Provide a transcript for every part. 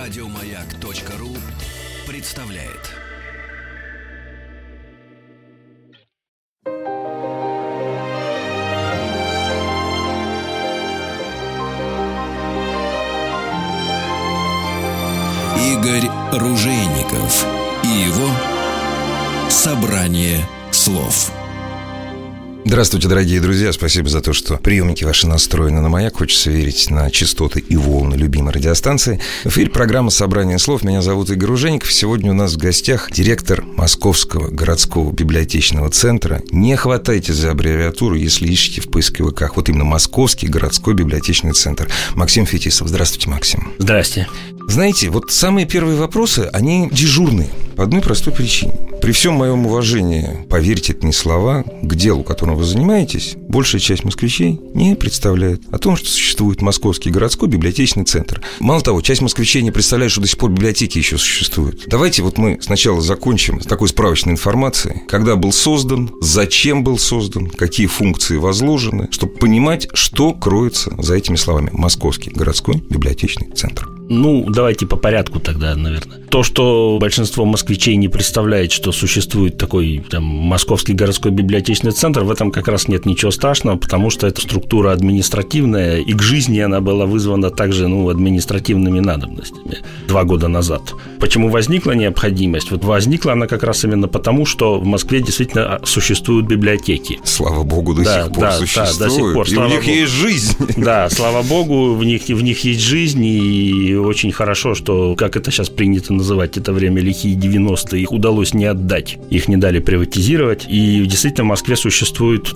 Радиомаяк.ру представляет. Игорь Ружейников и его собрание слов. Здравствуйте, дорогие друзья. Спасибо за то, что приемники ваши настроены на Маяк. Хочется верить на частоты и волны любимой радиостанции. В эфире программа «Собрание слов». Меня зовут Игорь Ружейников. Сегодня у нас в гостях директор Московского городского библиотечного центра. Не хватайтесь за аббревиатуру, если ищете в поисковиках. Вот именно Московский городской библиотечный центр. Максим Фетисов. Здравствуйте, Максим. Здрасте. Знаете, вот самые первые вопросы, они дежурные. По одной простой причине. При всем моем уважении, поверьте, это не слова, к делу, которым вы занимаетесь, большая часть москвичей не представляет о том, что существует Московский городской библиотечный центр. Мало того, часть москвичей не представляет, что до сих пор библиотеки еще существуют. Давайте вот мы сначала закончим с такой справочной информацией. Когда был создан, зачем был создан, какие функции возложены, чтобы понимать, что кроется за этими словами «Московский городской библиотечный центр». Ну, давайте по порядку тогда, наверное. То, что большинство москвичей не представляет, что существует такой Московский городской библиотечный центр, в этом как раз нет ничего страшного, потому что это структура административная, и к жизни она была вызвана также, административными надобностями 2 года назад. Почему возникла необходимость? Вот возникла она как раз именно потому, что в Москве действительно существуют библиотеки. Слава богу, до сих пор существуют. Да, до сих пор. И в них есть жизнь. Да, слава богу, в них есть жизнь, и очень хорошо, что, как это сейчас принято называть, это время лихие 90-е, их удалось не отдать, их не дали приватизировать, и действительно в Москве существует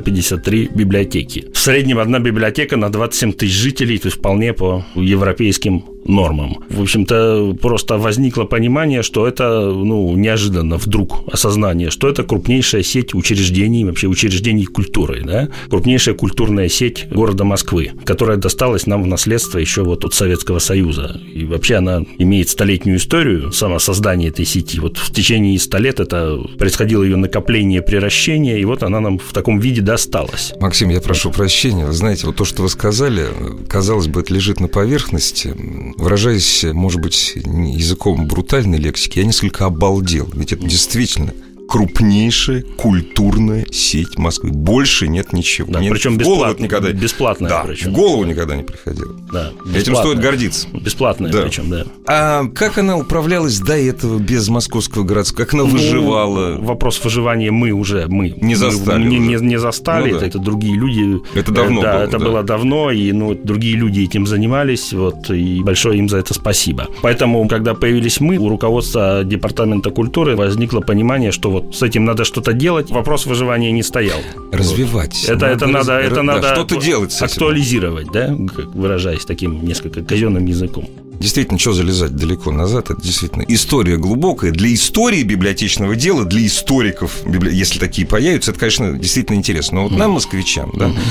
453 библиотеки. В среднем одна библиотека на 27 тысяч жителей, то есть вполне по европейским нормам. В общем-то, просто возникло понимание, что это, неожиданно вдруг осознание, что это крупнейшая сеть учреждений, вообще учреждений культуры, да? Крупнейшая культурная сеть города Москвы, которая досталась нам в наследство еще от Советского Союза. И вообще она имеет столетнюю историю, само создание этой сети. Вот в течение 100 лет это происходило ее накопление, приращение, и вот она нам в таком виде досталась. Максим, я прошу прощения. Вы знаете, вот то, что вы сказали, казалось бы, это лежит на поверхности. Выражаясь, может быть, языком брутальной лексики, я несколько обалдел. Ведь это действительно крупнейшая культурная сеть Москвы. Больше нет ничего. Да, причем бесплатная. Да, причем. В голову никогда не приходило. Да, этим стоит гордиться. Бесплатная, да. Причем, да. А как она управлялась до этого без Московского городского? Как она выживала? Вопрос выживания мы не застали. Не застали. Да. Это другие люди. Это давно было. Это было давно, и другие люди этим занимались, и большое им за это спасибо. Поэтому, когда появились мы, у руководства Департамента культуры возникло понимание, что с этим надо что-то делать. Вопрос выживания не стоял. Развивать. Это надо что-то делать с этим. Актуализировать, да, выражаясь таким несколько казенным языком. Действительно, что залезать далеко назад, это действительно история глубокая. Для истории библиотечного дела, для историков, если такие появятся, это, конечно, действительно интересно. Но нам, москвичам,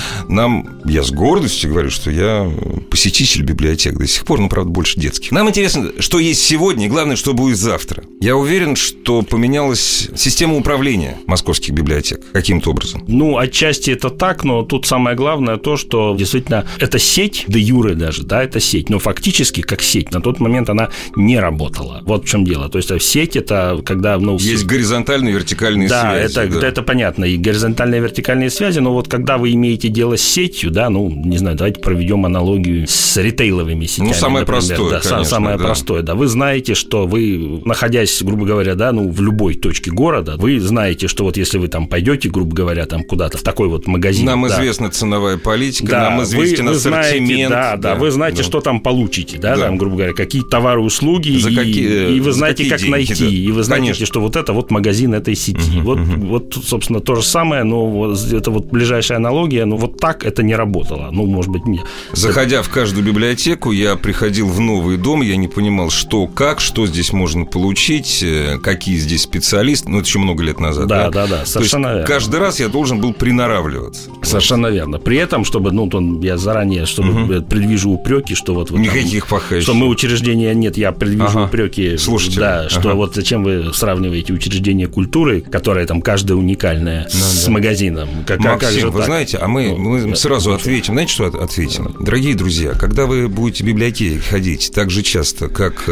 я с гордостью говорю, что я посетитель библиотек до сих пор, правда, больше детских. Нам интересно, что есть сегодня, и главное, что будет завтра. Я уверен, что поменялась система управления московских библиотек каким-то образом. Отчасти это так, но тут самое главное то, что действительно это сеть, де юре даже, да, это сеть, но фактически как сеть. На тот момент она не работала. Вот в чем дело. То есть сеть – это когда… Есть горизонтальные и вертикальные связи. Да, это понятно. И горизонтальные и вертикальные связи, но когда вы имеете дело с сетью, не знаю, давайте проведем аналогию с ритейловыми сетями. Самое например, простое, конечно. Самое простое, да. Вы знаете, что вы, находясь, грубо говоря, в любой точке города, вы знаете, что если вы пойдете, грубо говоря, куда-то в такой магазин… Нам известна ценовая политика, нам известен ассортимент. Вы знаете, что там получите, грубо говоря, какие товары, услуги, и вы знаете, как деньги, найти, и вы знаете, конечно, что это магазин этой сети. Вот, собственно, то же самое, но это ближайшая аналогия, но так это не работало. Может быть, мне... Заходя в каждую библиотеку, я приходил в новый дом, я не понимал, что здесь можно получить, какие здесь специалисты, это еще много лет назад. Да, совершенно верно. Каждый раз я должен был приноравливаться. Совершенно верно. При этом, чтобы, я заранее, предвижу упреки, что никаких пахающих. Мы учреждения нет, я предвижу упреки. Слушайте. Да, что вот зачем вы сравниваете учреждение культуры, которое там каждое уникальное, с магазином? Максим, вы знаете, а мы сразу ответим. Знаете, что ответим? Дорогие друзья, когда вы будете в библиотеке ходить так же часто, как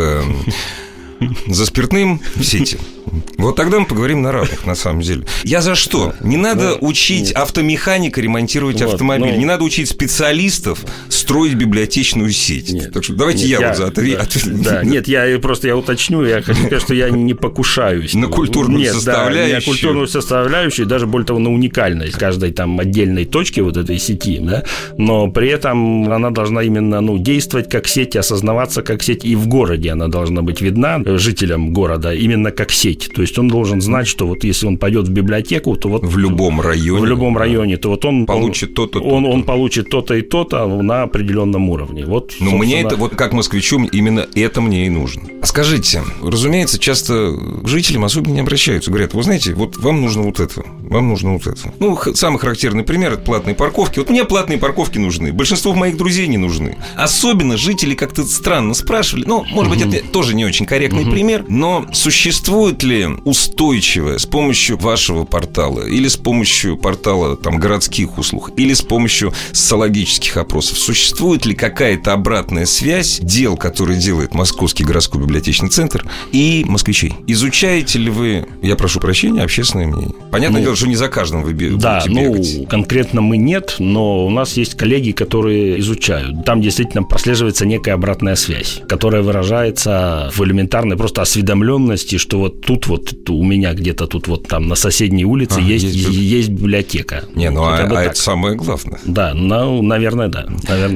за спиртным в сети, вот тогда мы поговорим на равных, на самом деле. Я за что? Не надо учить автомеханика ремонтировать автомобиль. Не надо учить специалистов строить библиотечную сеть. Нет, так что давайте я вот за ответ. Да, нет, я уточню. Я хочу сказать, что я не покушаюсь на культурную составляющую. Да, на культурную составляющую, даже более того, на уникальность каждой там отдельной точки вот этой сети, да. Но при этом она должна именно действовать как сеть, осознаваться как сеть, и в городе она должна быть видна жителям города именно как сеть. То есть он должен знать, что вот если он пойдет в библиотеку, то вот в любом районе, то вот он получит то-то, он получит то-то и то-то на определенном уровне. Вот, но мне это, вот как москвичу, именно это мне и нужно. А скажите, разумеется, часто к жителям особенно не обращаются. Говорят, вы знаете, вот вам нужно вот это, вам нужно вот это. Самый характерный пример – это платные парковки. Вот мне платные парковки нужны. Большинству моих друзей не нужны. Особенно жители как-то странно спрашивали. Может быть, это тоже не очень корректный пример, но существует ли устойчивое с помощью вашего портала или с помощью портала городских услуг или с помощью социологических опросов, существует ли какая-то обратная связь дел, которые делает Московский городской библиотечный центр, и москвичей? Изучаете ли вы, я прошу прощения, общественное мнение? Понятное дело, что не за каждым вы будете бегать. Конкретно мы нет, но у нас есть коллеги, которые изучают. Там действительно прослеживается некая обратная связь, которая выражается в элементарной просто осведомленности, что вот тут вот у меня где-то тут вот там на соседней улице есть библиотека. Это самое главное. Да, наверное, да.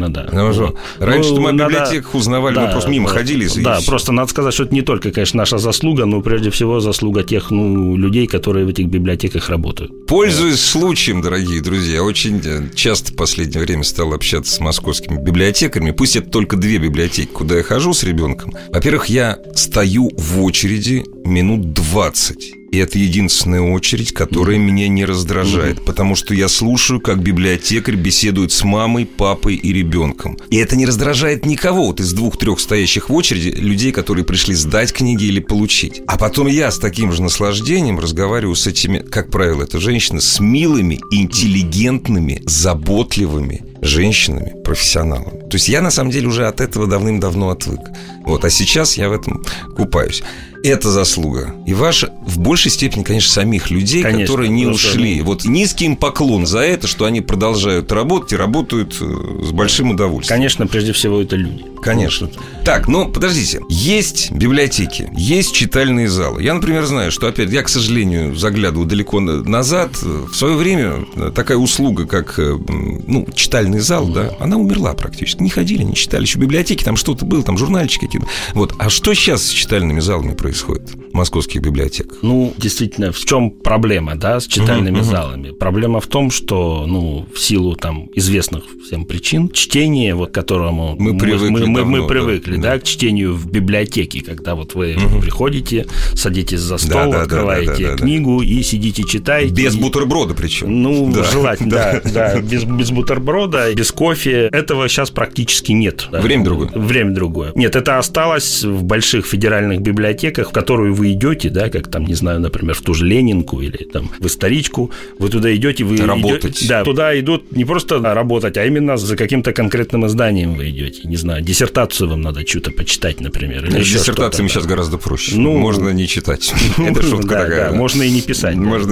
Раньше мы о библиотеках узнавали, мы просто мимо ходили. Да, просто надо сказать, что это не только, конечно, наша заслуга, но прежде всего заслуга тех людей, которые в этих библиотеках работают. Пользуясь случаем, дорогие друзья, я очень часто в последнее время стал общаться с московскими библиотекарями. Пусть это только 2 библиотеки, куда я хожу с ребенком. Во-первых, я стою в очереди минут 20. И это единственная очередь, которая меня не раздражает, потому что я слушаю, как библиотекарь беседует с мамой, папой и ребенком. И это не раздражает никого вот из 2-3 стоящих в очереди людей, которые пришли сдать книги или получить. А потом я с таким же наслаждением разговариваю с этими, как правило, это женщины, с милыми, интеллигентными, заботливыми женщинами, профессионалами. То есть я, на самом деле, уже от этого давным-давно отвык. А сейчас я в этом купаюсь. Это заслуга. И ваша, в большей степени, конечно, самих людей, которые не ушли. Низкий им поклон за это, что они продолжают работать и работают с большим удовольствием. Конечно, прежде всего, это люди. Конечно. Так, подождите. Есть библиотеки, есть читальные залы. Я, например, знаю, что, опять, я, к сожалению, заглядываю далеко назад. В свое время такая услуга, как, читальный зал, да, она умерла практически. Не ходили, не читали. Еще в библиотеке там что-то было, там журнальчики какие-то. А что сейчас с читальными залами происходит в московских библиотеках? Действительно, в чем проблема, с читальными залами? Проблема в том, что, в силу известных всем причин, чтение, к которому мы привыкли, к чтению в библиотеке, когда вы приходите, садитесь за стол, открываете книгу и сидите, читаете. Без бутерброда причем. Желательно, без бутерброда, без кофе. Этого сейчас практически нет. Время другое. Нет, это осталось в больших федеральных библиотеках, в которую вы идете, как например, в ту же Ленинку или в Историчку, вы туда идете, вы работать. Туда идут не просто работать, а именно за каким-то конкретным изданием вы идете. Не знаю, диссертацию вам надо что-то почитать, например. Или с диссертациями сейчас гораздо проще. Можно не читать. Это шутка такая. Можно и не писать.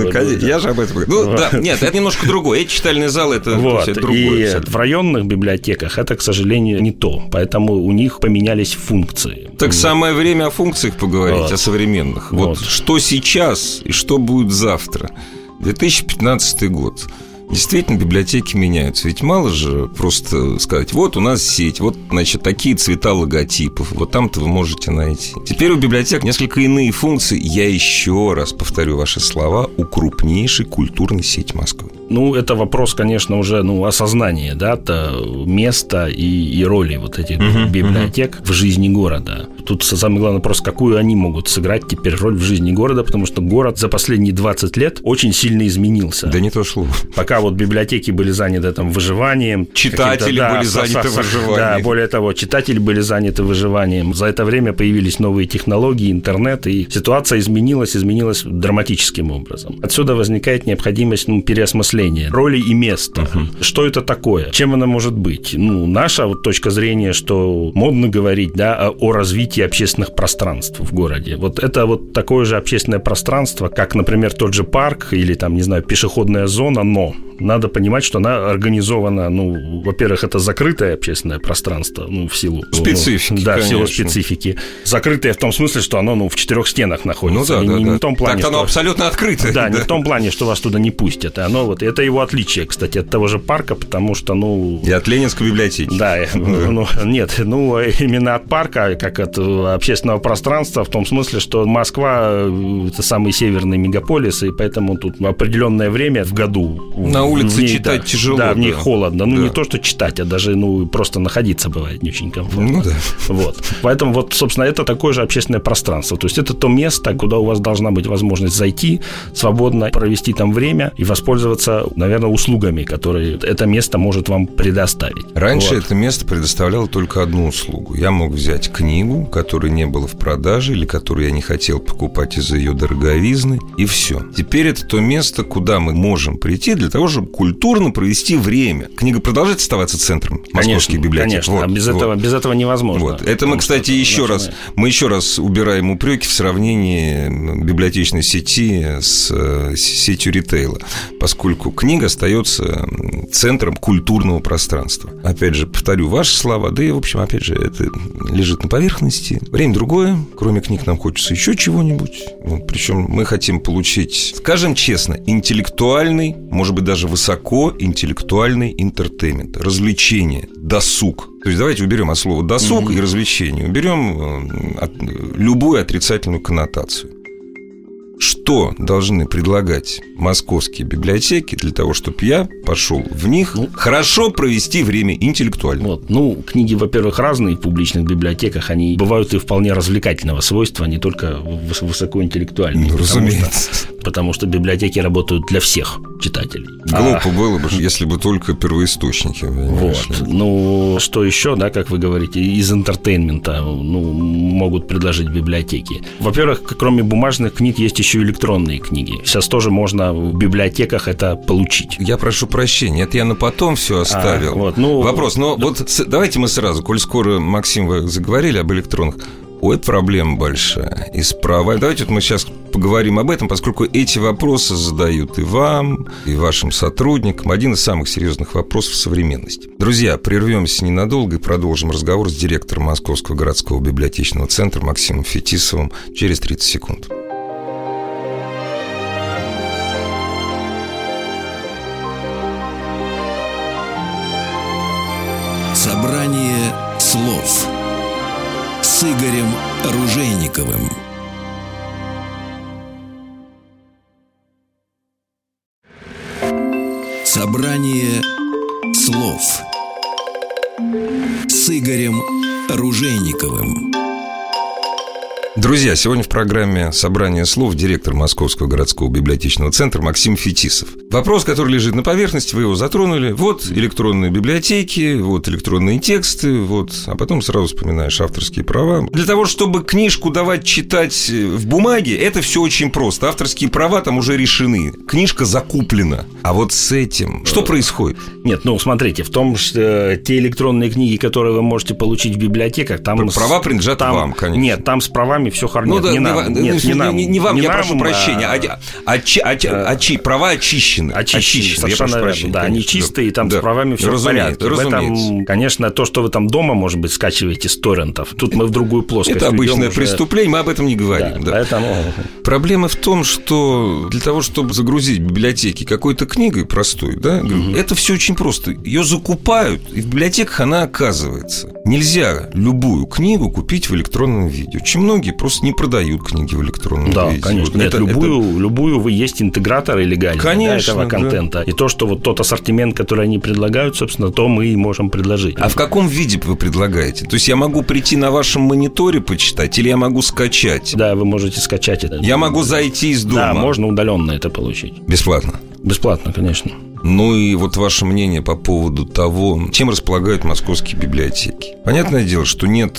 Я же об этом говорю. Нет, это немножко другое. Эти читальные залы, это другое. И в районных библиотеках это, к сожалению, не то. Поэтому у них поменялись функции. Так самое время о функциях поговорить, о современных. Что сейчас и что будет завтра. 2015 год. Действительно, библиотеки меняются. Ведь мало же просто сказать, у нас сеть, такие цвета логотипов, там-то вы можете найти. Теперь у библиотек несколько иные функции. Я еще раз повторю ваши слова: у крупнейшей культурной сети Москвы. Ну, это вопрос, конечно, уже осознания, да, места и роли вот этих библиотек в жизни города. Тут самый главный вопрос, какую они могут сыграть теперь роль в жизни города, потому что город за последние 20 лет очень сильно изменился. Да не то слово. Пока вот библиотеки были заняты выживанием. Читатели были заняты выживанием. Да, более того, читатели были заняты выживанием. За это время появились новые технологии, интернет, и ситуация изменилась драматическим образом. Отсюда возникает необходимость переосмысления роли и места. Что это такое? Чем она может быть? Наша точка зрения, что модно говорить, да, о развитии общественных пространств в городе. Вот это такое же общественное пространство, как, например, тот же парк или пешеходная зона, но надо понимать, что она организована, во-первых, это закрытое общественное пространство, в силу специфики. В силу специфики. Закрытое в том смысле, что оно в 4 стенах находится. Не в том плане, так оно абсолютно открытое. Да, не в том плане, что вас туда не пустят. Это его отличие, кстати, от того же парка, потому что, И от Ленинской библиотеки. Да, нет, именно от парка, как от общественного пространства, в том смысле, что Москва – это самый северный мегаполис, и поэтому тут определенное время в году на улице читать тяжело. Да, в ней холодно. Не то, что читать, а даже просто находиться бывает не очень комфортно. Вот. Поэтому, собственно, это такое же общественное пространство. То есть это то место, куда у вас должна быть возможность зайти, свободно провести там время и воспользоваться, наверное, услугами, которые это место может вам предоставить. Раньше это место предоставляло только одну услугу. Я мог взять книгу, которой не было в продаже или которую я не хотел покупать из-за ее дороговизны, и все. Теперь это то место, куда мы можем прийти для того, чтобы культурно провести время. Книга продолжает оставаться центром московских библиотек. Конечно, без этого невозможно. Это мы, кстати, еще раз убираем упреки в сравнении библиотечной сети с сетью ритейла, поскольку книга остается центром культурного пространства. Опять же, повторю ваши слова, да и, в общем, опять же, это лежит на поверхности. Время другое, кроме книг нам хочется еще чего-нибудь. Причем мы хотим получить, скажем честно, интеллектуальный, может быть, даже высокоинтеллектуальный интертеймент, развлечение, досуг. То есть давайте уберем от слова «досуг» и «развлечение», уберем любую отрицательную коннотацию. Что должны предлагать московские библиотеки для того, чтобы я пошел в них хорошо провести время интеллектуально? Книги, во-первых, разные в публичных библиотеках, они бывают и вполне развлекательного свойства, а не только высокоинтеллектуальные. Разумеется. Потому что библиотеки работают для всех читателей. Глупо было бы, если бы только первоисточники. Что еще, да, как вы говорите, из интертеймента могут предложить библиотеки? Во-первых, кроме бумажных книг, есть еще электронные книги. Сейчас тоже можно в библиотеках это получить. Я прошу прощения, это я на потом все оставил. Вопрос, давайте мы сразу, коль скоро, Максим, вы заговорили об электронных. Это проблема большая. И справа. Давайте мы сейчас поговорим об этом, поскольку эти вопросы задают и вам, и вашим сотрудникам. Один из самых серьезных вопросов современности. Друзья, прервемся ненадолго и продолжим разговор с директором Московского городского библиотечного центра Максимом Фетисовым через 30 секунд. Собрание слов с Игорем Ружейниковым. Собрание слов с Игорем Ружейниковым. Друзья, сегодня в программе «Собрание слов» директор Московского городского библиотечного центра Максим Фетисов. Вопрос, который лежит на поверхности, вы его затронули. Вот электронные библиотеки, вот электронные тексты, а потом сразу вспоминаешь авторские права. Для того, чтобы книжку давать читать в бумаге, это все очень просто. Авторские права там уже решены. Книжка закуплена. А вот с этим что происходит? Нет, смотрите, в том, что те электронные книги, которые вы можете получить в библиотеках, там... Права принадлежат вам, конечно. Нет, там с правами все хорошо. Не вам, я прошу прощения. Права очищены. Совершенно верно. Да, они чистые, и там с правами все в порядке. В этом, конечно, то, что вы там дома, может быть, скачиваете с торрентов, тут мы в другую плоскость. Это обычное преступление, мы об этом не говорим. Поэтому... Проблема в том, что для того, чтобы загрузить в библиотеки какой-то книгой простой, это все очень просто. Ее закупают, и в библиотеках она оказывается. Нельзя любую книгу купить в электронном виде. Очень многие просто не продают книги в электронном виде. Да, конечно. Любую вы есть интеграторы легальные. Конечно. этого контента. И то, что вот тот ассортимент, который они предлагают, собственно, то мы и можем предложить. А в каком виде вы предлагаете? То есть я могу прийти на вашем мониторе почитать, или я могу скачать? Да, вы можете скачать это. Я могу зайти из дома? Да, можно удаленно это получить. Бесплатно? Бесплатно, конечно. Ну и вот ваше мнение по поводу того, чем располагают московские библиотеки. Понятное дело, что нет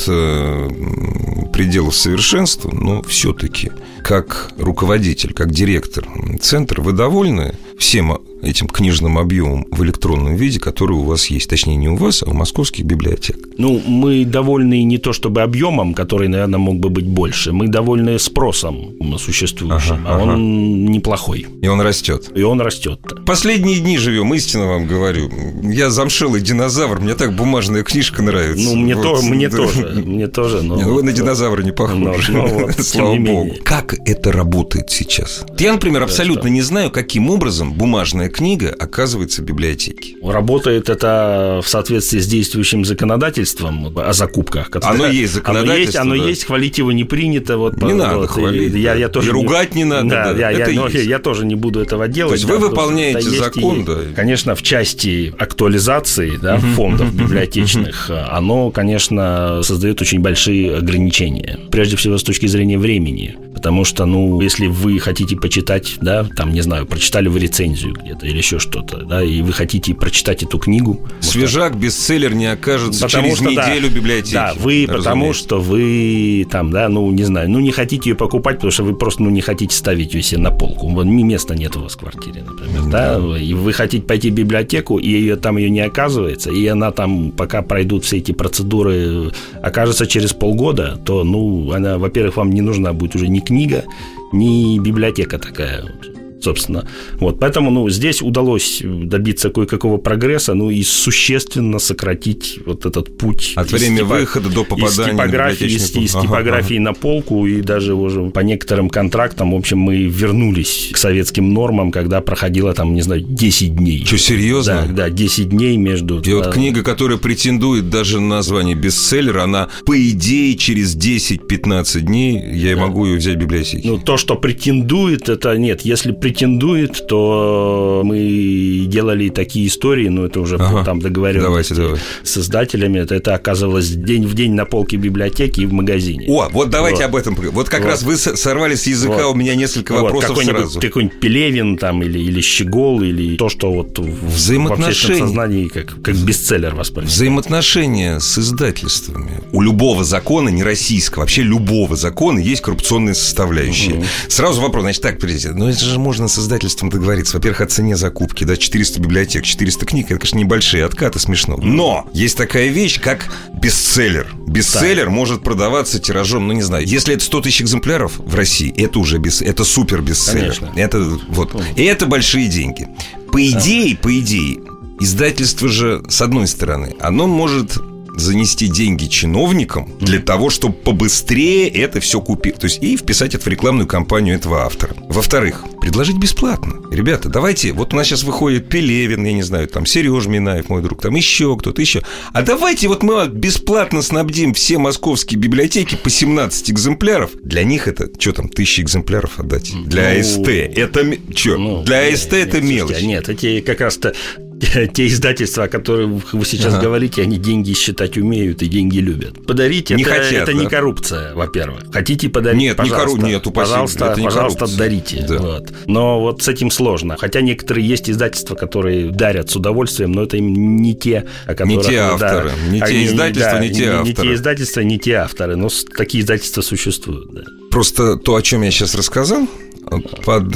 пределов совершенства, но все-таки как руководитель, как директор центра, вы довольны всем этим книжным объемом в электронном виде, который у вас есть? Точнее, не у вас, а у московских библиотек. Ну, мы довольны не то чтобы объемом, который, наверное, мог бы быть больше. Мы довольны спросом существующим, он неплохой. И он растет. И он растет. Последние дни живем, истинно вам говорю. Я замшелый динозавр, мне так бумажная книжка нравится. Ну, мне тоже. Но... Вы на динозавра не похожи. Слава богу. Как это работает сейчас? Я, например, абсолютно не знаю, каким образом бумажная книга оказывается в библиотеке. Работает это в соответствии с действующим законодательством о закупках. Оно есть законодательство. Оно есть, хвалить его не принято. Не надо хвалить. Я тоже и ругать не надо. Я тоже не буду этого делать. То есть вы выполняете закон, да? Конечно, в части актуализации фондов библиотечных оно, конечно, создает очень большие ограничения. Прежде всего, с точки зрения времени. Потому что, если вы хотите почитать, прочитали вы рецензию где-то или еще что-то, и вы хотите прочитать эту книгу. Свежак, бестселлер не окажется через неделю в библиотеке. Да, потому что вы не хотите ее покупать, потому что вы просто не хотите ставить ее себе на полку. Места нет у вас в квартире, например, и вы хотите пойти в библиотеку, и там ее не оказывается, и она там, пока пройдут все эти процедуры, окажется через полгода, то, она, во-первых, вам не нужна будет уже ни книга, ни библиотека такая, собственно. Поэтому, здесь удалось добиться кое-какого прогресса, и существенно сократить вот этот путь от времени выхода до попадания из типографии на полку, и даже уже по некоторым контрактам, в общем, мы вернулись к советским нормам, когда проходило 10 дней. Что, серьезно? Да, 10 дней между... И вот книга, которая претендует даже на название бестселлера, она, по идее, через 10-15 дней я могу ее взять в библиотеке. То, что претендует, это нет. Если претендует, то мы делали такие истории, это уже там договоренности с издателями. Это оказывалось день в день на полке библиотеки и в магазине. Вот давайте об этом. Вот как раз вы сорвали с языка у меня несколько вопросов сразу. Какой-нибудь Пелевин или Щегол, или то, что в общественном сознании как бестселлер воспринимается. Взаимоотношения с издательствами. У любого закона, не российского, вообще любого закона есть коррупционные составляющие. Сразу вопрос, это же можно с издательством договориться. Во-первых, о цене закупки, 400 библиотек, 400 книг, это, конечно, небольшие откаты, смешно. Но есть такая вещь, как бестселлер. Бестселлер может продаваться тиражом, если это 100 тысяч экземпляров в России, это уже это супер бестселлер. И это большие деньги. По идее, издательство же, с одной стороны, оно может занести деньги чиновникам для того, чтобы побыстрее это все купить. То есть и вписать это в рекламную кампанию этого автора. Во-вторых, предложить бесплатно. Ребята, давайте, вот у нас сейчас выходит Пелевин, я не знаю, Сереж Минаев, мой друг, еще кто-то еще. А давайте мы бесплатно снабдим все московские библиотеки по 17 экземпляров. Для них это, 1000 экземпляров отдать? Для АСТ. Это, для АСТ это мелочь. Нет, эти как раз-то те издательства, о которых вы сейчас говорите, они деньги считать умеют и деньги любят. Подарить это не коррупция, во-первых. Хотите подарить, пожалуйста, дарите. Да. Но с этим сложно. Хотя некоторые есть издательства, которые дарят с удовольствием, но это не те, о которых... Не те авторы. Не те издательства, не те авторы. Не те издательства, не те авторы. Но такие издательства существуют, да. Просто то, о чем я сейчас рассказал, под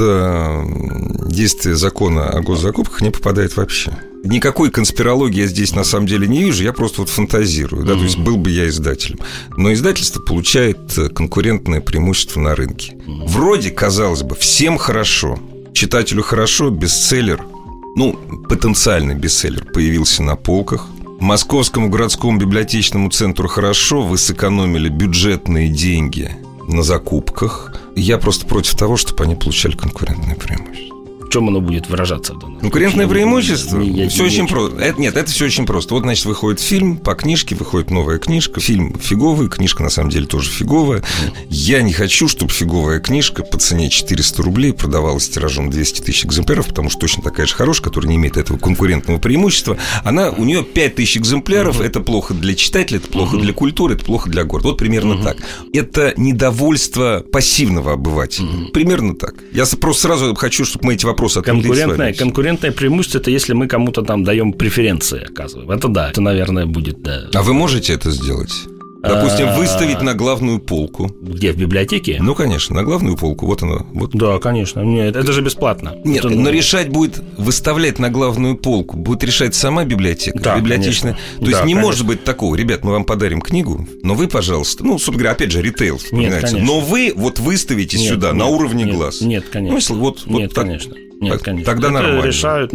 действие закона о госзакупках не попадает вообще. Никакой конспирологии я здесь на самом деле не вижу, я просто фантазирую, то есть был бы я издателем. Но издательство получает конкурентное преимущество на рынке. Вроде, казалось бы, всем хорошо, читателю хорошо, бестселлер, потенциальный бестселлер появился на полках. Московскому городскому библиотечному центру хорошо, вы сэкономили бюджетные деньги на закупках. Я просто против того, чтобы они получали конкурентное преимущество. В чем оно будет выражаться? Конкурентное преимущество? Все очень просто. Нет, это все очень просто. Вот, значит, выходит фильм, по книжке выходит новая книжка. Фильм фиговый, книжка на самом деле тоже фиговая. Я не хочу, чтобы фиговая книжка по цене 400 рублей продавалась тиражом 200 тысяч экземпляров, потому что точно такая же хорошая, которая не имеет этого конкурентного преимущества. У нее 5000 экземпляров. Это плохо для читателя, это плохо для культуры, это плохо для города. Вот примерно так. Это недовольство пассивного обывателя. Примерно так. Я просто сразу хочу, чтобы мы эти вопросы ответили. Конкурентное преимущество – это если мы кому-то там даем преференции, оказываем. Это да, это, наверное, будет, да. А вы можете это сделать? Допустим, выставить на главную полку. Где, в библиотеке? Ну, конечно, на главную полку. Вот оно. Вот. Да, конечно. Нет, это же бесплатно. Нет, но решать будет, выставлять на главную полку будет решать сама библиотека. Да, библиотечная. То есть не может быть такого: ребят, мы вам подарим книгу, но вы, пожалуйста, собственно говоря, опять же, ритейл вспоминается. Но вы вот выставите сюда на уровне глаз. Нет, конечно. Нет, конечно. Нет, конечно. Тогда это нормально. Решают,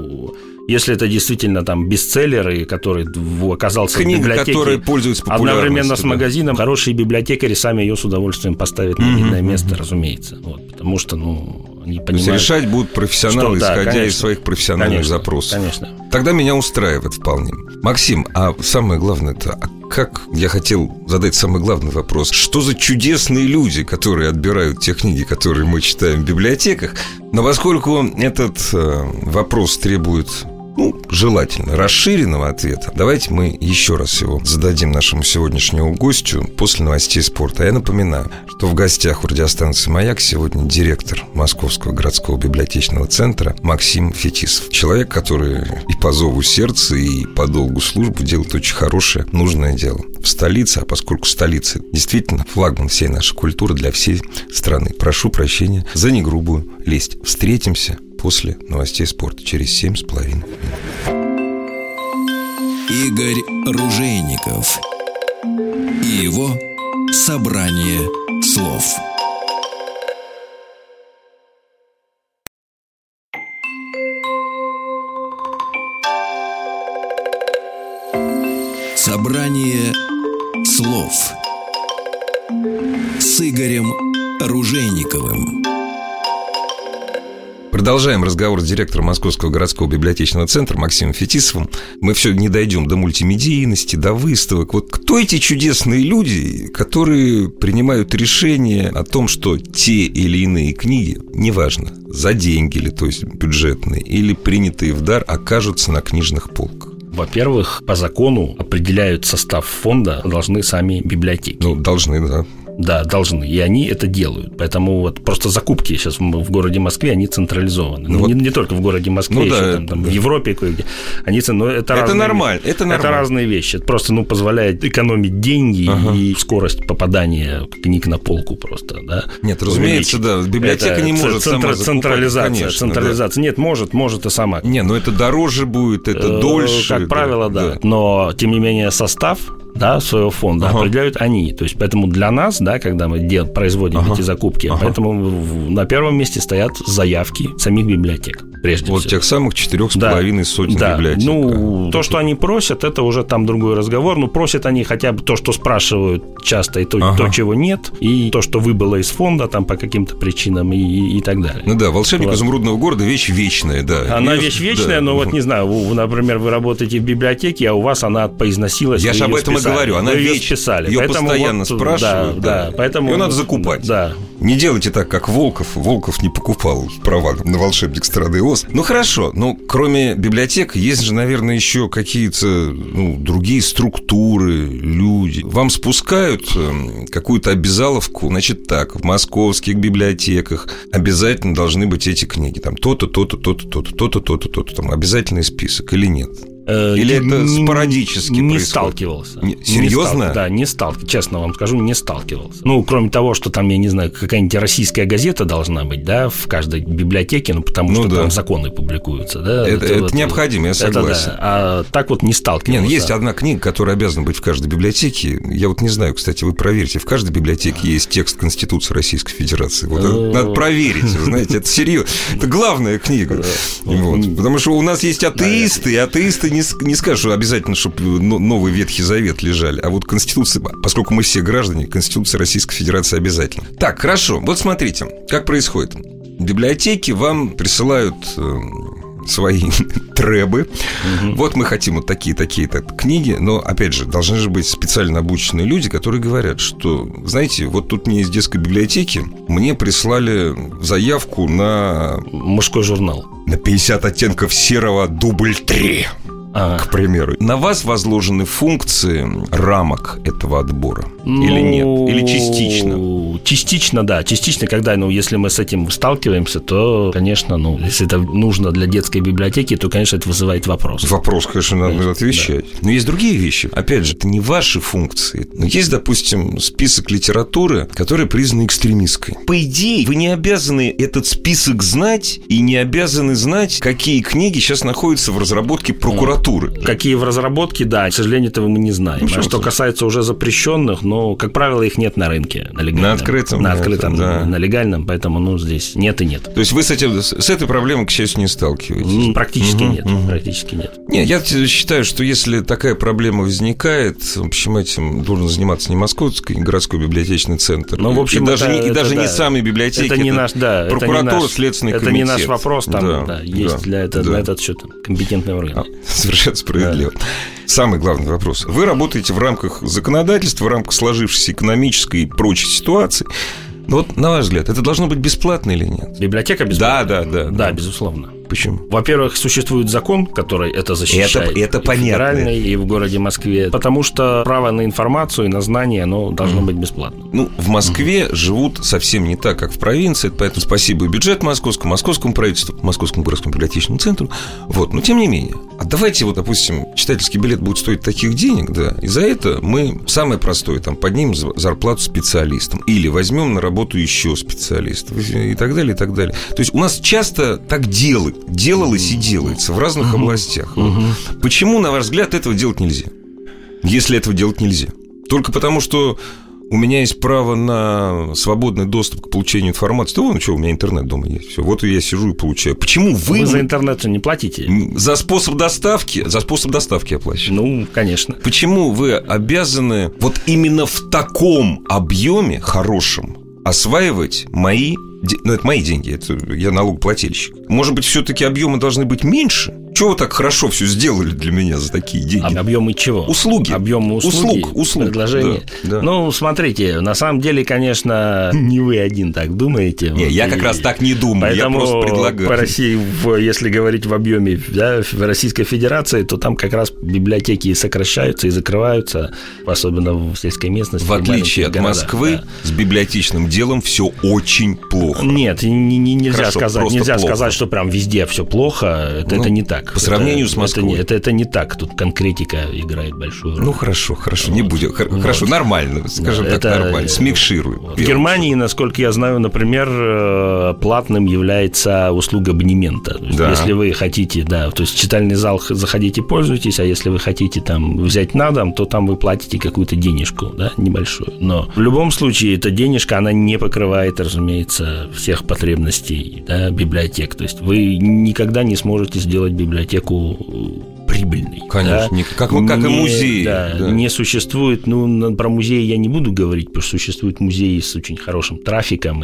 если это действительно там бестселлер, который оказался книга, в библиотеке, которая пользуется популярностью, одновременно с магазином, хорошие библиотекари сами ее с удовольствием поставят на видное место, разумеется. Потому что, они понимают... То есть решать будут профессионалы, исходя из своих профессиональных запросов. Конечно. Тогда меня устраивает вполне. Максим, а самое главное-то, как я хотел задать самый главный вопрос: что за чудесные люди, которые отбирают те книги, которые мы читаем в библиотеках? Но поскольку этот вопрос требует, желательно расширенного ответа, давайте мы еще раз его зададим нашему сегодняшнему гостю после новостей спорта. Я напоминаю, что в гостях у радиостанции «Маяк» сегодня директор Московского городского библиотечного центра Максим Фетисов. Человек, который и по зову сердца, и по долгу службы делает очень хорошее, нужное дело в столице. А поскольку столица действительно флагман всей нашей культуры для всей страны, прошу прощения за негрубую лесть. Встретимся после новостей спорта через 7,5 минут. Игорь Ружейников и его собрание слов. Собрание слов с Игорем Ружейниковым. Продолжаем разговор с директором Московского городского библиотечного центра Максимом Фетисовым. Мы все не дойдем до мультимедийности, до выставок. Вот кто эти чудесные люди, которые принимают решение о том, что те или иные книги, неважно, за деньги ли, то есть бюджетные, или принятые в дар, окажутся на книжных полках? Во-первых, по закону определяют состав фонда должны сами библиотеки. Должны, да. Да, должны. И они это делают. Поэтому вот просто закупки сейчас в городе Москве, они централизованы. Не только в городе Москве, еще в Европе кое-где. Это нормально. Это разные вещи. Это просто позволяет экономить деньги и скорость попадания книг на полку просто. Да? Нет, разумеется, да. Библиотека не может сама закупать. Централизация. Нет, может и сама. Это дороже будет, это дольше. Как правило, да. Но, тем не менее, состав своего фонда определяют они. То есть, поэтому для нас, когда мы производим эти закупки, поэтому на первом месте стоят заявки самих библиотек. Прежде всего. Тех самых 4,5 сотен библиотек. То, что они просят, это уже там другой разговор. Просят они хотя бы то, что спрашивают часто, и то, чего нет, и то, что выбыло из фонда там по каким-то причинам и так далее. Волшебник изумрудного города — вещь вечная, да. Она вещь вечная, но не знаю, например, вы работаете в библиотеке, а у вас она поизносилась. Я же об этом и говорю, она вещь. Ее постоянно спрашивают, поэтому ее надо закупать. Да. Не делайте так, как Волков. Волков не покупал права на «Волшебник страны Оз». Хорошо, кроме библиотек есть же, наверное, еще какие-то другие структуры, люди. Вам спускают какую-то обязаловку, в московских библиотеках обязательно должны быть эти книги. Там то-то, то-то, то-то, то-то, то-то, то-то, то-то. Там обязательный список или нет? Или это спорадически не происходит? Сталкивался. Серьезно? Не сталкивался. Честно вам скажу, не сталкивался. Кроме того, что там, я не знаю, какая-нибудь российская газета должна быть, в каждой библиотеке, потому что там законы публикуются. Это необходимо, я согласен. А так не сталкивался. Есть одна книга, которая обязана быть в каждой библиотеке. Я не знаю, кстати, вы проверьте. В каждой библиотеке есть текст Конституции Российской Федерации. Надо проверить, знаете, это серьезно. Это главная книга. Потому что у нас есть атеисты, и атеисты не скажут, что обязательно, чтобы новый Ветхий Завет лежали. А Конституция, поскольку мы все граждане, Конституция Российской Федерации обязательно. Так, хорошо. Смотрите, как происходит. Библиотеки вам присылают свои требы. Вот мы хотим вот такие-такие книги. Но, опять же, должны же быть специально обученные люди, которые говорят, что, знаете, вот тут мне из детской библиотеки мне прислали заявку на... Мужской журнал. На 50 оттенков серого дубль 3. К примеру. На вас возложены функции рамок этого отбора? Или нет? Или частично? Частично, да. Частично, когда, если мы с этим сталкиваемся, то, конечно, если это нужно для детской библиотеки, то, конечно, это вызывает вопрос. Вопрос, конечно, надо отвечать. Да. Но есть другие вещи. Опять же, это не ваши функции. Но есть, допустим, список литературы, которая признана экстремистской. По идее, вы не обязаны этот список знать и не обязаны знать, какие книги сейчас находятся в разработке прокуратуры. Какие в разработке, да, к сожалению, этого мы не знаем. А что касается уже запрещенных, как правило, их нет на рынке. На легальном. На открытом, да. На легальном, поэтому, здесь нет и нет. То есть вы с этой проблемой, к счастью, не сталкиваетесь? Практически нет. Практически нет. Нет, я считаю, что если такая проблема возникает, в общем, этим должен заниматься не Московский городской библиотечный центр, в общем, и даже не сами библиотеки, это не наш, да, прокуратура, следственный комитет. Это не наш вопрос, там есть для этого на этот счет компетентный орган. Совершенно справедливо. Да. Самый главный вопрос. Вы работаете в рамках законодательства, в рамках сложившейся экономической и прочей ситуации. Вот, на ваш взгляд, это должно быть бесплатно или нет? Библиотека бесплатная? Да, безусловно. Почему? Во-первых, существует закон, который это защищает. Это понятно. Федеральный, и в городе Москве. Потому что право на информацию и на знания, оно должно быть бесплатно. В Москве живут совсем не так, как в провинции. Поэтому спасибо и бюджет московскому правительству, Московскому городскому библиотечному центру. Но тем не менее. А давайте, допустим, читательский билет будет стоить таких денег, да, и за это мы самое простое, поднимем зарплату специалистам или возьмем на работу еще специалистов и так далее, и так далее. То есть у нас часто так делалось и делается в разных областях. Почему, на ваш взгляд, этого делать нельзя? Если этого делать нельзя. Только потому, что у меня есть право на свободный доступ к получению информации. У меня интернет дома есть. Все, вот я сижу и получаю. Почему вы за интернет не платите? За способ доставки я плачу. Конечно. Почему вы обязаны вот именно в таком объеме хорошем осваивать мои... это мои деньги, я налогоплательщик. Может быть, все-таки объемы должны быть меньше? Чего вы так хорошо все сделали для меня за такие деньги? Объемы чего? Услуги. Объемы услуг. Предложения. Да. Смотрите, на самом деле, конечно, не вы один так думаете. Я как раз так не думаю, поэтому я просто предлагаю. По России, если говорить в объеме в Российской Федерации, то там как раз библиотеки сокращаются и закрываются, особенно в сельской местности. В отличие от Москвы, с библиотечным делом все очень плохо. Нет, нельзя сказать, что прям везде все плохо. Это не так. По сравнению с Москвой. Это не так. Тут конкретика играет большую роль. Хорошо. Не будем. Хорошо, нормально. Скажем так, нормально. Смикшируем. В Германии, насколько я знаю, например, платным является услуга абонемента. Если вы хотите, то есть читальный зал заходите, пользуйтесь, а если вы хотите там взять на дом, то там вы платите какую-то денежку, небольшую. Но в любом случае эта денежка, она не покрывает, разумеется, всех потребностей библиотек. То есть вы никогда не сможете сделать библиотеку прибыльной. Конечно, как и музей. Не существует, про музеи я не буду говорить, потому что существуют музеи с очень хорошим трафиком.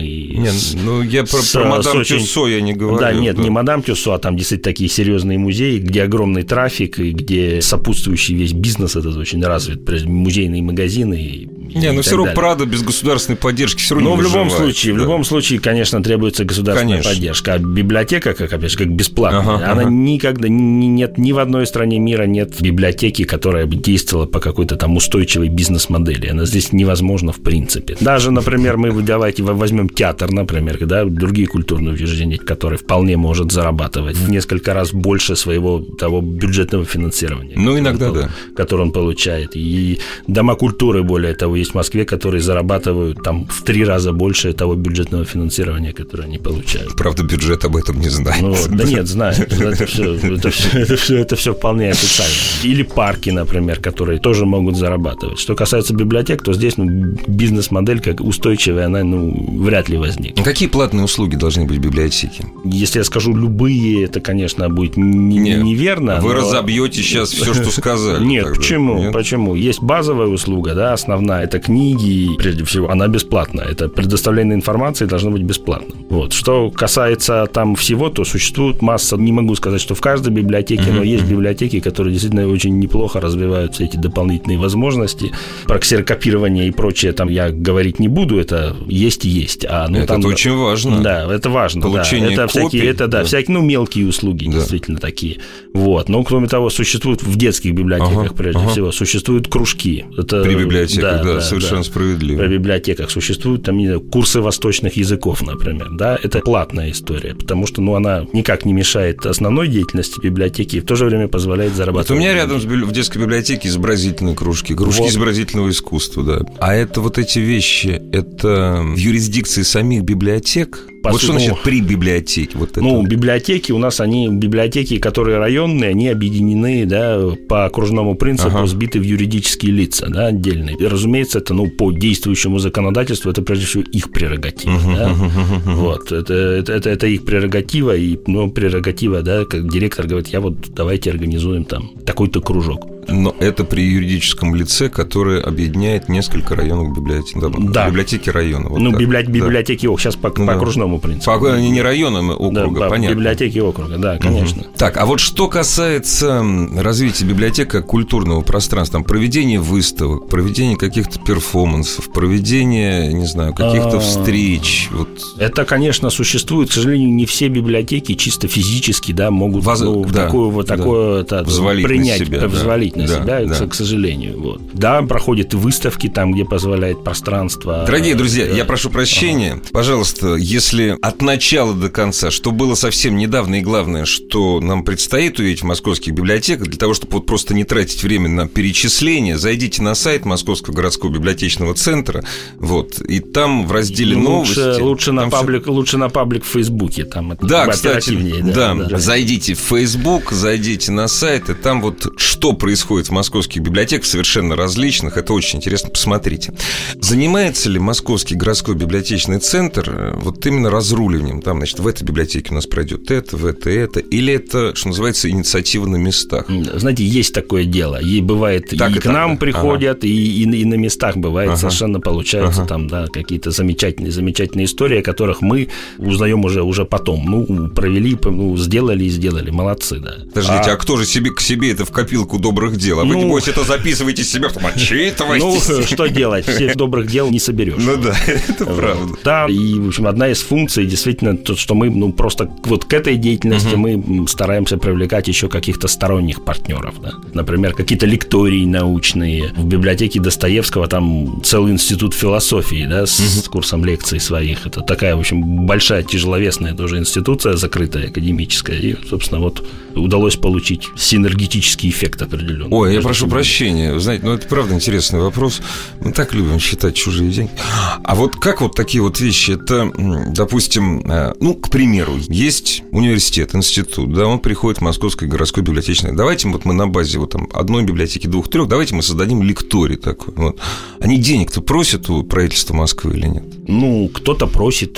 Я про мадам Тюссо я не говорю. Не мадам Тюссо, а там действительно такие серьезные музеи, где огромный трафик, и где сопутствующий весь бизнес этот очень развит, музейные магазины. Все равно Прадо без государственной поддержки все равно не выживает. В любом случае, конечно, требуется государственная поддержка. А библиотека, как бесплатная, она никогда нет, ни в одной стране мира нет библиотеки, которая бы действовала по какой-то там устойчивой бизнес-модели. Она здесь невозможна в принципе. Даже, например, давайте возьмем театр, например, другие культурные учреждения, которые вполне может зарабатывать в несколько раз больше своего того бюджетного финансирования. Иногда, который он получает. И дома культуры, более того, есть в Москве, которые зарабатывают там в 3 раза больше того бюджетного финансирования, которое они получают. Правда, бюджет об этом не знает. Нет, знает. Это все вполне вполне официально. Или парки, например, которые тоже могут зарабатывать. Что касается библиотек, то здесь бизнес-модель как устойчивая, она вряд ли возникнет. Какие платные услуги должны быть в библиотеке? Если я скажу любые, это, конечно, будет неверно. Вы разобьете сейчас все, что сказали. Нет, почему? Почему? Есть базовая услуга, да, основная, это книги, прежде всего, она бесплатная. Это предоставление информации должно быть бесплатным. Вот. Что касается там всего, то существует масса, не могу сказать, что в каждой библиотеке, но есть библиотеки, которые действительно очень неплохо развивают все эти дополнительные возможности. Про ксерокопирование и прочее там я говорить не буду, это есть и есть. Это очень важно. Да, это важно. Получение это копий. Всякие, мелкие услуги, действительно такие. Вот. Но, кроме того, существуют в детских библиотеках, прежде всего, существуют кружки. Это, при библиотеках, совершенно справедливо. При библиотеках существуют там, курсы восточных языков, например, да, это платная история, потому что, она никак не мешает основной деятельности библиотеки и в то же время позволяет зарабатывать. Вот у меня рядом в детской библиотеке изобразительные кружки изобразительного искусства, да. А это вот эти вещи, это в юрисдикции самих библиотек? Вот что значит при библиотеке? Вот это? Библиотеки у нас, библиотеки, которые районные, они объединены, да, по окружному принципу, сбиты в юридические лица, да, отдельные. И, разумеется, это, по действующему законодательству, это, прежде всего, их прерогатива. Вот. Это их прерогатива, и, прерогатива, да, как директор говорит, давайте организуем там такой-то кружок. Но это при юридическом лице, которое объединяет несколько районных библиотек. Да. Библиотеки района. Библиотеки сейчас по окружному принципу. Не районам округа, понятно. Библиотеки округа, да, конечно. Так, а вот что касается развития библиотек как культурного пространства, там, проведения выставок, проведения каких-то перформансов, проведения, не знаю, каких-то встреч. Это, конечно, существует. К сожалению, не все библиотеки чисто физически, да, могут такое принять, взвалить на себя, к сожалению. Вот. Да, проходят выставки там, где позволяет пространство. Дорогие друзья, я прошу прощения. Пожалуйста, если от начала до конца, что было совсем недавно, и главное, что нам предстоит увидеть в московских библиотеках, для того, чтобы просто не тратить время на перечисление, зайдите на сайт Московского городского библиотечного центра, и там в разделе новости... Лучше на паблик в Фейсбуке. Там да, кстати, зайдите в Фейсбук, зайдите на сайт, и там что происходит в московских библиотеках, совершенно различных, это очень интересно, посмотрите. Занимается ли Московский городской библиотечный центр именно разруливанием? Там, значит, в этой библиотеке у нас пройдет это, или это, что называется, инициатива на местах? Знаете, есть такое дело. И бывает, так, и к нам приходят, и на местах бывает, совершенно получаются там, да, какие-то замечательные истории, о которых мы узнаем уже потом. Провели, сделали, молодцы, да. Подождите, а кто же к себе это в копилку добрых дел? А вы, небось, это записываете себе, отчитываетесь? Что делать? Всех добрых дел не соберешь. Да, это правда. Да, и, в общем, одна из функций, действительно, то, что мы просто к этой деятельности мы стараемся привлекать еще каких-то сторонних партнеров, да. Например, какие-то лектории научные. В библиотеке Достоевского там целый институт философии, да, с курсом лекций своих. Это такая, в общем, большая, тяжеловесная тоже институция, закрытая, академическая. И, собственно, удалось получить синергетический эффект определенный. Ой, я прошу прощения. Вы знаете, это правда интересный вопрос. Мы так любим считать чужие деньги. А как такие вещи? Это, допустим, к примеру, есть университет, институт, да, он приходит в Московское городское библиотечное. Давайте мы на базе одной библиотеки, 2-3, давайте мы создадим лекторий такой. Они денег-то просят у правительства Москвы или нет? Кто-то просит,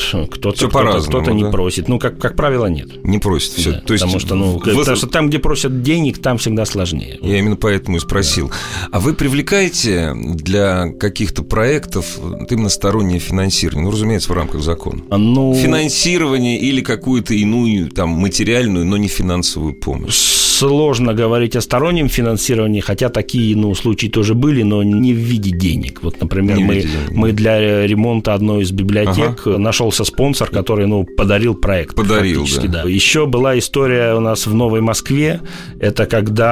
кто-то не просит. Как правило, нет. Не просит, все. Да, потому что там, где просят денег, там всегда сложнее. Я именно поэтому и спросил. Да. А вы привлекаете для каких-то проектов именно стороннее финансирование? Разумеется, в рамках закона. Финансирование или какую-то иную материальную, но не финансовую помощь? Сложно говорить о стороннем финансировании, хотя такие случаи тоже были, но не в виде денег. Например, мы для ремонта одной из библиотек нашелся спонсор, который подарил проект. Да. Еще была история у нас в Новой Москве. Это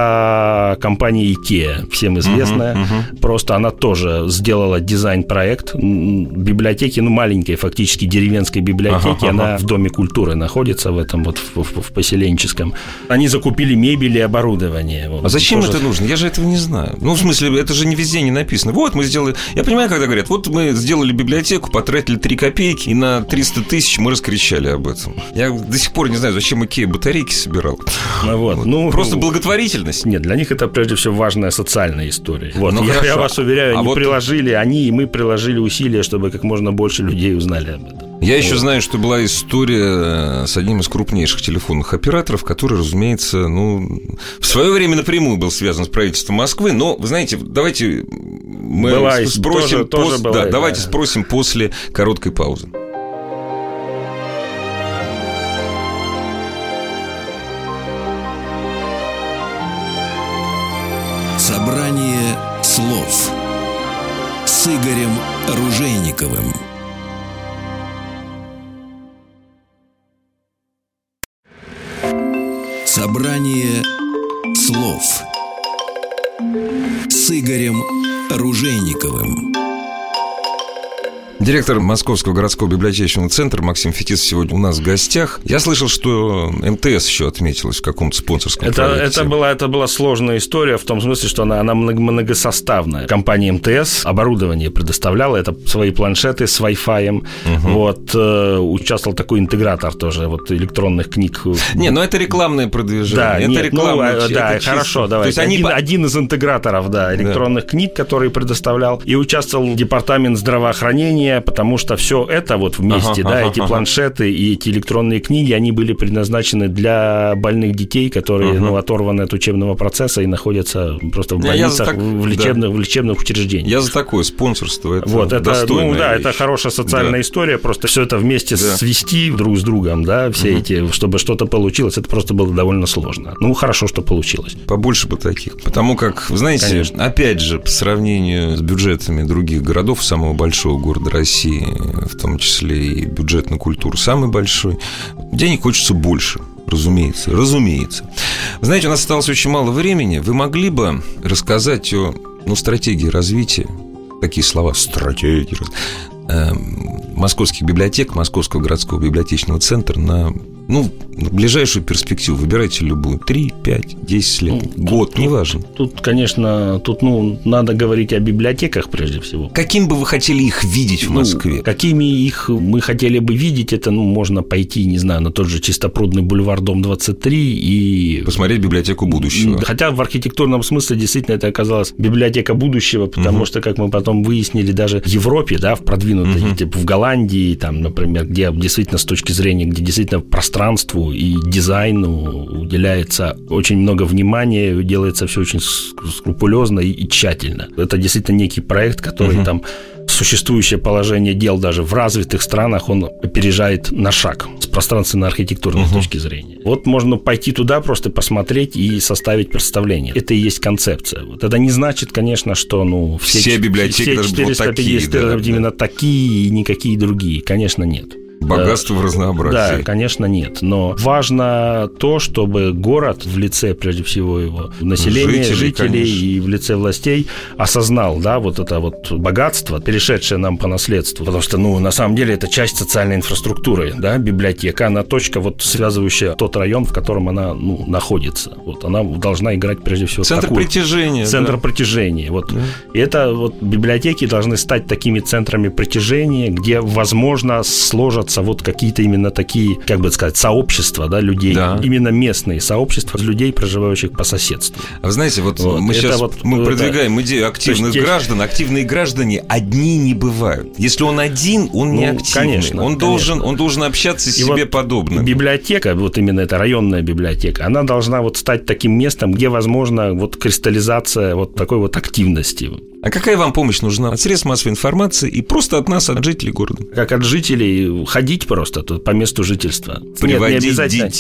когда компания IKEA, всем известная, просто она тоже сделала дизайн-проект библиотеки, маленькой, фактически деревенской библиотеки. Она в Доме культуры находится, в этом в поселенческом. Они закупили мебель мебель и оборудование. Вот. А зачем тоже... это нужно? Я же этого не знаю. Ну, в смысле, это же везде не написано. Вот мы сделали... Я понимаю, когда говорят, вот мы сделали библиотеку, потратили 3 копейки, и на 300 тысяч мы раскричали об этом. Я до сих пор не знаю, зачем Икея батарейки собирал. Вот. Ну, просто благотворительность. Нет, для них это прежде всего важная социальная история. Вот. Я вас уверяю, они и мы приложили усилия, чтобы как можно больше людей узнали об этом. Я еще знаю, что была история с одним из крупнейших телефонных операторов, который, разумеется, в свое время напрямую был связан с правительством Москвы. Но, вы знаете, давайте мы спросим, давайте спросим после короткой паузы. Собрание слов с Игорем Ружейниковым. Собрание слов с Игорем Ружейниковым. Директор Московского городского библиотечного центра Максим Фетисов сегодня у нас в гостях. Я слышал, что МТС еще отметилась в каком-то спонсорском проекте. Это была сложная история в том смысле, что она многосоставная. Компания МТС оборудование предоставляла, это свои планшеты с Wi-Fi. Вот, участвовал такой интегратор тоже электронных книг. Это рекламное продвижение. Да, это рекламное. Хорошо, давай. То есть один из интеграторов, электронных книг, который предоставлял, и участвовал департамент здравоохранения, потому что все это вместе, эти планшеты и эти электронные книги, они были предназначены для больных детей, которые оторваны от учебного процесса и находятся просто в больницах, в лечебных учреждениях. Я за такое спонсорство. Это достойная вещь. Это хорошая социальная история, просто все это вместе свести друг с другом, все эти, чтобы что-то получилось, это просто было довольно сложно. Хорошо, что получилось. Побольше бы таких. Потому как, вы знаете, конечно, опять же, по сравнению с бюджетами других городов, самого большого города России, в том числе и бюджет на культуру самый большой, денег хочется больше, разумеется. Вы знаете, у нас осталось очень мало времени. Вы могли бы рассказать о стратегии развития, такие слова, стратегии московских библиотек, Московского городского библиотечного центра на ближайшую перспективу. Выбирайте любую. 3, 5, 10 лет, год, неважно. Тут, конечно, надо говорить о библиотеках прежде всего. Каким бы вы хотели их видеть в Москве? Какими их мы хотели бы видеть, это, можно пойти, не знаю, на тот же Чистопрудный бульвар, дом 23 и... посмотреть библиотеку будущего. Хотя в архитектурном смысле действительно это оказалась библиотека будущего, потому что, как мы потом выяснили, даже в Европе, в продвинутой, типа в Голландии, например, где действительно с точки зрения, где действительно пространству и дизайну уделяется очень много внимания, делается все очень скрупулезно и тщательно. Это действительно некий проект, который существующее положение дел даже в развитых странах, он опережает на шаг с пространственно-архитектурной точки зрения. Можно пойти туда, просто посмотреть и составить представление. Это и есть концепция. Это не значит, конечно, что все библиотеки все 450 именно такие и никакие другие. Конечно, нет. Богатство в разнообразии. Да, конечно, нет. Но важно то, чтобы город в лице, прежде всего, его населения, жителей и в лице властей осознал, это богатство, перешедшее нам по наследству. Потому что, на самом деле, это часть социальной инфраструктуры, библиотека, она точка, связывающая тот район, в котором она, находится. Она должна играть, прежде всего, центр притяжения. Центр притяжения. И это библиотеки должны стать такими центрами притяжения, где, возможно, сложатся какие-то именно такие, как бы сказать, сообщества, людей, именно местные сообщества людей, проживающих по соседству. А вы знаете, мы сейчас продвигаем идею активных граждан. Активные граждане одни не бывают. Если он один, он не активный. Конечно, он должен общаться с себе подобным. Библиотека, именно эта районная библиотека, она должна стать таким местом, где возможна кристаллизация такой активности. А какая вам помощь нужна? От средств массовой информации и просто от нас, от жителей города? Как от жителей, ходить просто тут по месту жительства. Приводить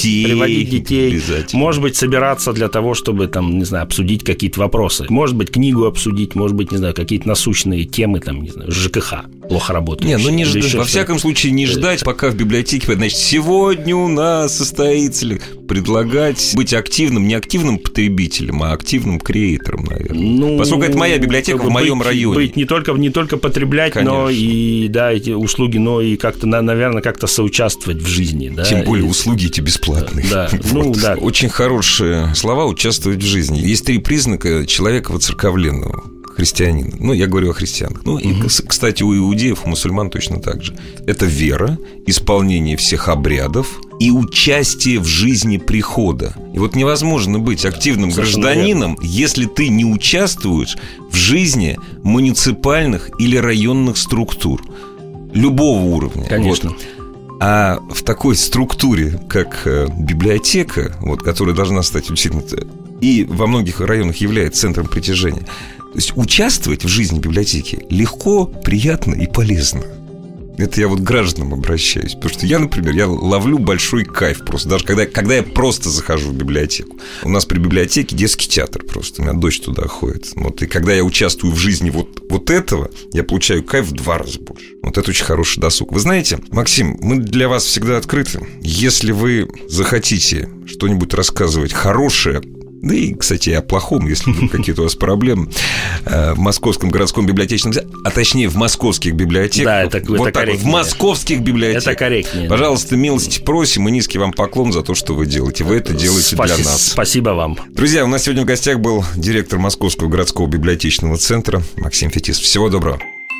детей. Может быть, собираться для того, чтобы, обсудить какие-то вопросы. Может быть, книгу обсудить, может быть, какие-то насущные темы, ЖКХ. плохо работающие. Не, ну не ждать. Во всяком случае, не ждать, пока в библиотеке, значит, сегодня у нас состоится ли. Предлагать быть активным, не активным потребителем, а активным креатором, наверное. Ну, поскольку это моя библиотека в моем районе. Быть не только потреблять, конечно, но и, да, эти услуги, но и как-то, наверное, как-то соучаствовать в жизни. Да? Тем более услуги эти бесплатные. Да, вот. Да. Очень хорошие слова «участвовать в жизни». Есть 3 признака человека воцерковленного. Христианина. Ну, я говорю о христианах. Ну, и, кстати, у иудеев, у мусульман точно так же. Это вера, исполнение всех обрядов и участие в жизни прихода. И вот невозможно быть активным гражданином, если ты не участвуешь в жизни муниципальных или районных структур любого уровня. Конечно. Вот. А в такой структуре, как библиотека, вот, которая должна стать действительно и во многих районах является центром притяжения, то есть участвовать в жизни библиотеки легко, приятно и полезно. Это я вот к гражданам обращаюсь. Потому что я, например, я ловлю большой кайф просто. Даже когда я просто захожу в библиотеку. У нас при библиотеке детский театр просто. У меня дочь туда ходит. Вот, и когда я участвую в жизни вот этого, я получаю кайф в 2 раза больше. Вот это очень хороший досуг. Вы знаете, Максим, мы для вас всегда открыты. Если вы захотите что-нибудь рассказывать хорошее, да и, кстати, о плохом, если какие-то у вас проблемы в Московском городском библиотечном, а точнее в московских библиотеках. Да, это вот так вот, в московских библиотеках. Это корректнее. Пожалуйста, милости просим, и низкий вам поклон за то, что вы делаете. Вы это делаете для нас. Спасибо вам. Друзья, у нас сегодня в гостях был директор Московского городского библиотечного центра Максим Фетисов. Всего доброго.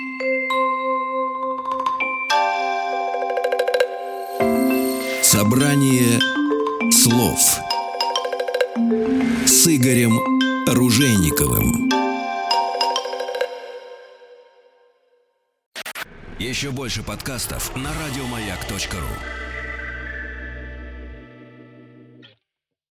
Собрание слов с Игорем Ружейниковым. Еще больше подкастов на радиомаяк.ру.